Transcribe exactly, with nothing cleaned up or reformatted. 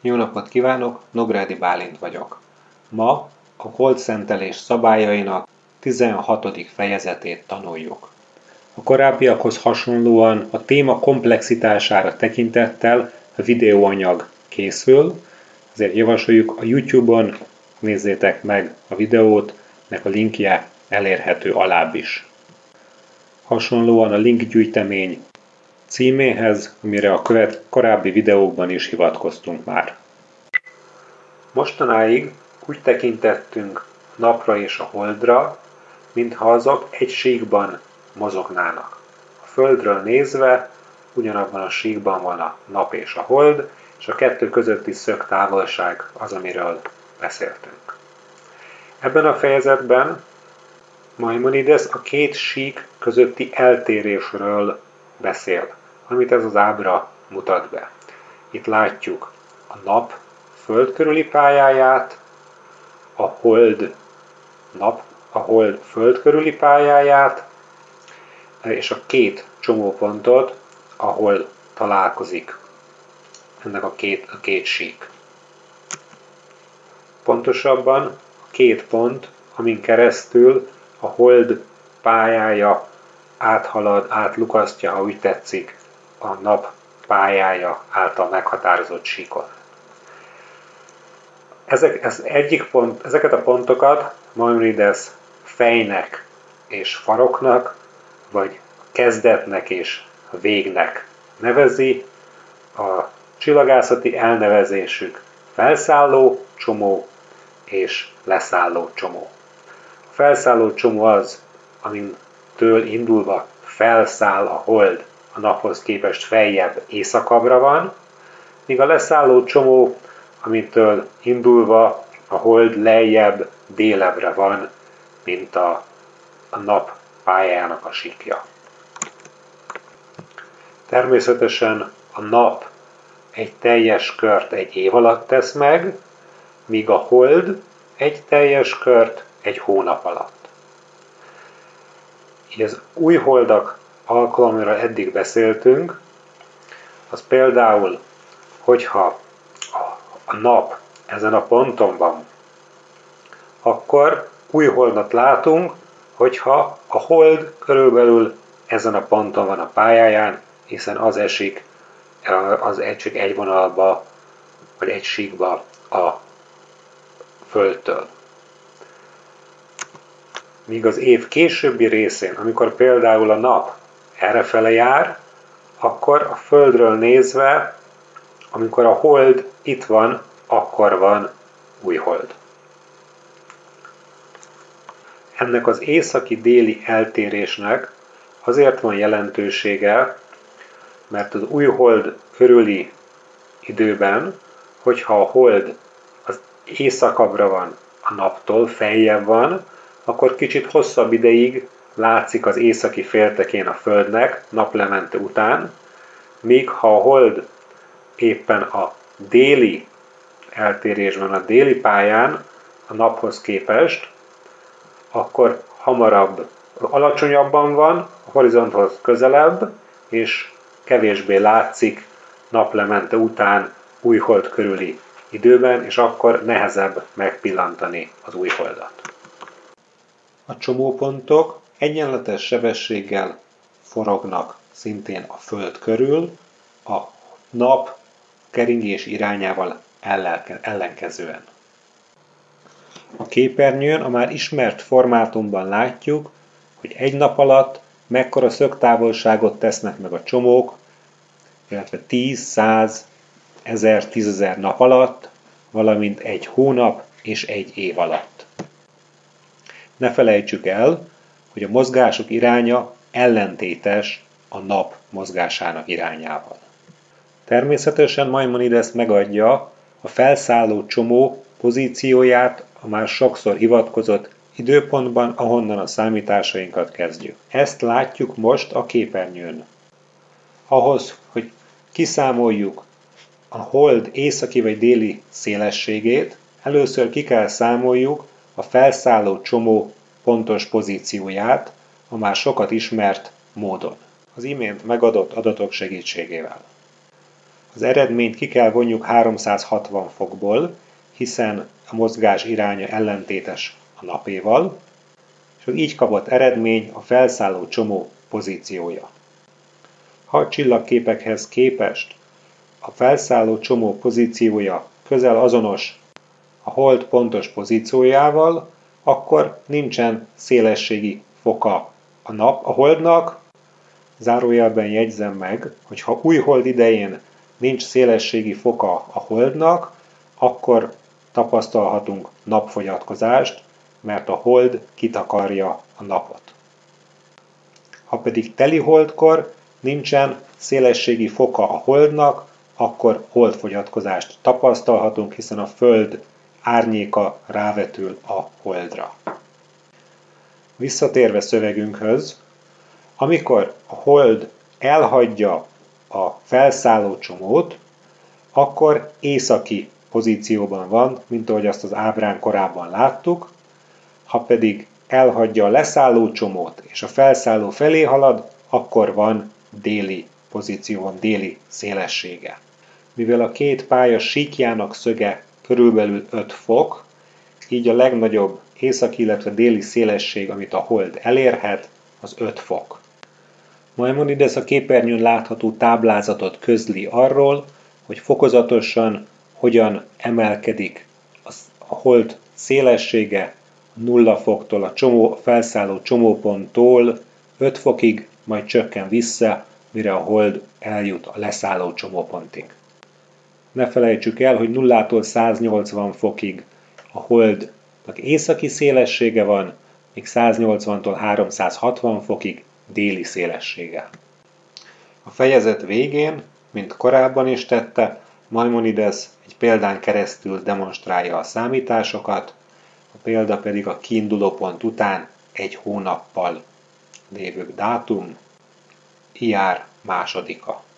Jó napot kívánok, Nógrádi Bálint vagyok. Ma a holdszentelés szabályainak tizenhatodik fejezetét tanuljuk. A korábbiakhoz hasonlóan a téma komplexitására tekintettel a videóanyag készül, ezért javasoljuk a YouTube-on nézzétek meg a videót, nek a linkje elérhető alább is. Hasonlóan a linkgyűjtemény címéhez, amire a követ korábbi videókban is hivatkoztunk már. Mostanáig úgy tekintettünk napra és a holdra, mintha azok egy síkban mozognának. A Földről nézve ugyanabban a síkban van a nap és a hold, és a kettő közötti szögtávolság az, amiről beszéltünk. Ebben a fejezetben Maimonides a két sík közötti eltérésről beszél, amit ez az ábra mutat be. Itt látjuk a nap föld körüli pályáját, a hold nap, a hold föld körüli pályáját, és a két csomópontot, ahol találkozik ennek a két, a két sík. Pontosabban a két pont, amin keresztül a hold pályája áthalad, átlukasztja, ha úgy tetszik, a nap pályája által meghatározott síkot. Ezek, ez egyik pont, ezeket a pontokat Maimonides fejnek és faroknak, vagy kezdetnek és végnek nevezi. A csillagászati elnevezésük felszálló csomó és leszálló csomó. A felszálló csomó az, amintől indulva felszáll a hold, a naphoz képest feljebb északabbra van, míg a leszálló csomó, amitől indulva a hold lejjebb délebbre van, mint a, a nap pályájának a síkja. Természetesen a nap egy teljes kört egy év alatt tesz meg, míg a hold egy teljes kört egy hónap alatt. Így az új holdak alkalomra eddig beszéltünk, az például, hogyha a nap ezen a ponton van, akkor új holdat látunk, hogyha a hold körülbelül ezen a ponton van a pályáján, hiszen az esik az egy, csak egy vonalba, vagy egy síkba a Földtől. Míg az év későbbi részén, amikor például a nap errefele jár, akkor a Földről nézve, amikor a hold itt van, akkor van új hold. Ennek az északi-déli eltérésnek azért van jelentősége, mert az új hold körüli időben, hogyha a hold az északabbra van a naptól, feljebb van, akkor kicsit hosszabb ideig látszik az északi féltekén a Földnek naplemente után, míg ha a hold éppen a déli eltérésben, a déli pályán a naphoz képest, akkor hamarabb, alacsonyabban van, a horizonthoz közelebb, és kevésbé látszik naplemente után új hold körüli időben, és akkor nehezebb megpillantani az új holdat. A csomópontok egyenletes sebességgel forognak szintén a Föld körül, a nap keringés irányával ellenkezően. A képernyőn a már ismert formátumban látjuk, hogy egy nap alatt mekkora szögtávolságot tesznek meg a csomók, illetve tíz, száz, ezer, tízezer nap alatt, valamint egy hónap és egy év alatt. Ne felejtsük el, hogy a mozgásuk iránya ellentétes a nap mozgásának irányával. Természetesen Maimonides megadja a felszálló csomó pozícióját a már sokszor hivatkozott időpontban, ahonnan a számításainkat kezdjük. Ezt látjuk most a képernyőn. Ahhoz, hogy kiszámoljuk a hold északi vagy déli szélességét, először ki kell számoljuk a felszálló csomó pontos pozícióját a már sokat ismert módon, az imént megadott adatok segítségével. Az eredményt ki kell vonjuk háromszázhatvan fokból, hiszen a mozgás iránya ellentétes a napéval, és az így kapott eredmény a felszálló csomó pozíciója. Ha a csillagképekhez képest a felszálló csomó pozíciója közel azonos a hold pontos pozíciójával, akkor nincsen szélességi foka a nap a holdnak. Zárójelben jegyzem meg, hogy ha új hold idején nincs szélességi foka a holdnak, akkor tapasztalhatunk napfogyatkozást, mert a hold kitakarja a napot. Ha pedig teli holdkor nincsen szélességi foka a holdnak, akkor holdfogyatkozást tapasztalhatunk, hiszen a Föld árnyéka rávetül a holdra. Visszatérve szövegünkhöz, amikor a hold elhagyja a felszálló csomót, akkor északi pozícióban van, mint ahogy azt az ábrán korábban láttuk, ha pedig elhagyja a leszálló csomót és a felszálló felé halad, akkor van déli pozícióban, déli szélessége. Mivel a két pálya síkjának szöge körülbelül öt fok, így a legnagyobb északi, illetve déli szélesség, amit a hold elérhet, az öt fok. Maimonides a képernyőn látható táblázatot közli arról, hogy fokozatosan hogyan emelkedik a hold szélessége nulla foktól a csomó, felszálló csomóponttól öt fokig, majd csökken vissza, mire a hold eljut a leszálló csomópontig. Ne felejtsük el, hogy nullától száznyolcvan fokig a holdnak északi szélessége van, míg száznyolcvantól háromszázhatvan fokig déli szélessége. A fejezet végén, mint korábban is tette, Maimonides egy példán keresztül demonstrálja a számításokat, a példa pedig a kiindulópont után egy hónappal lévő dátum, iár másodika.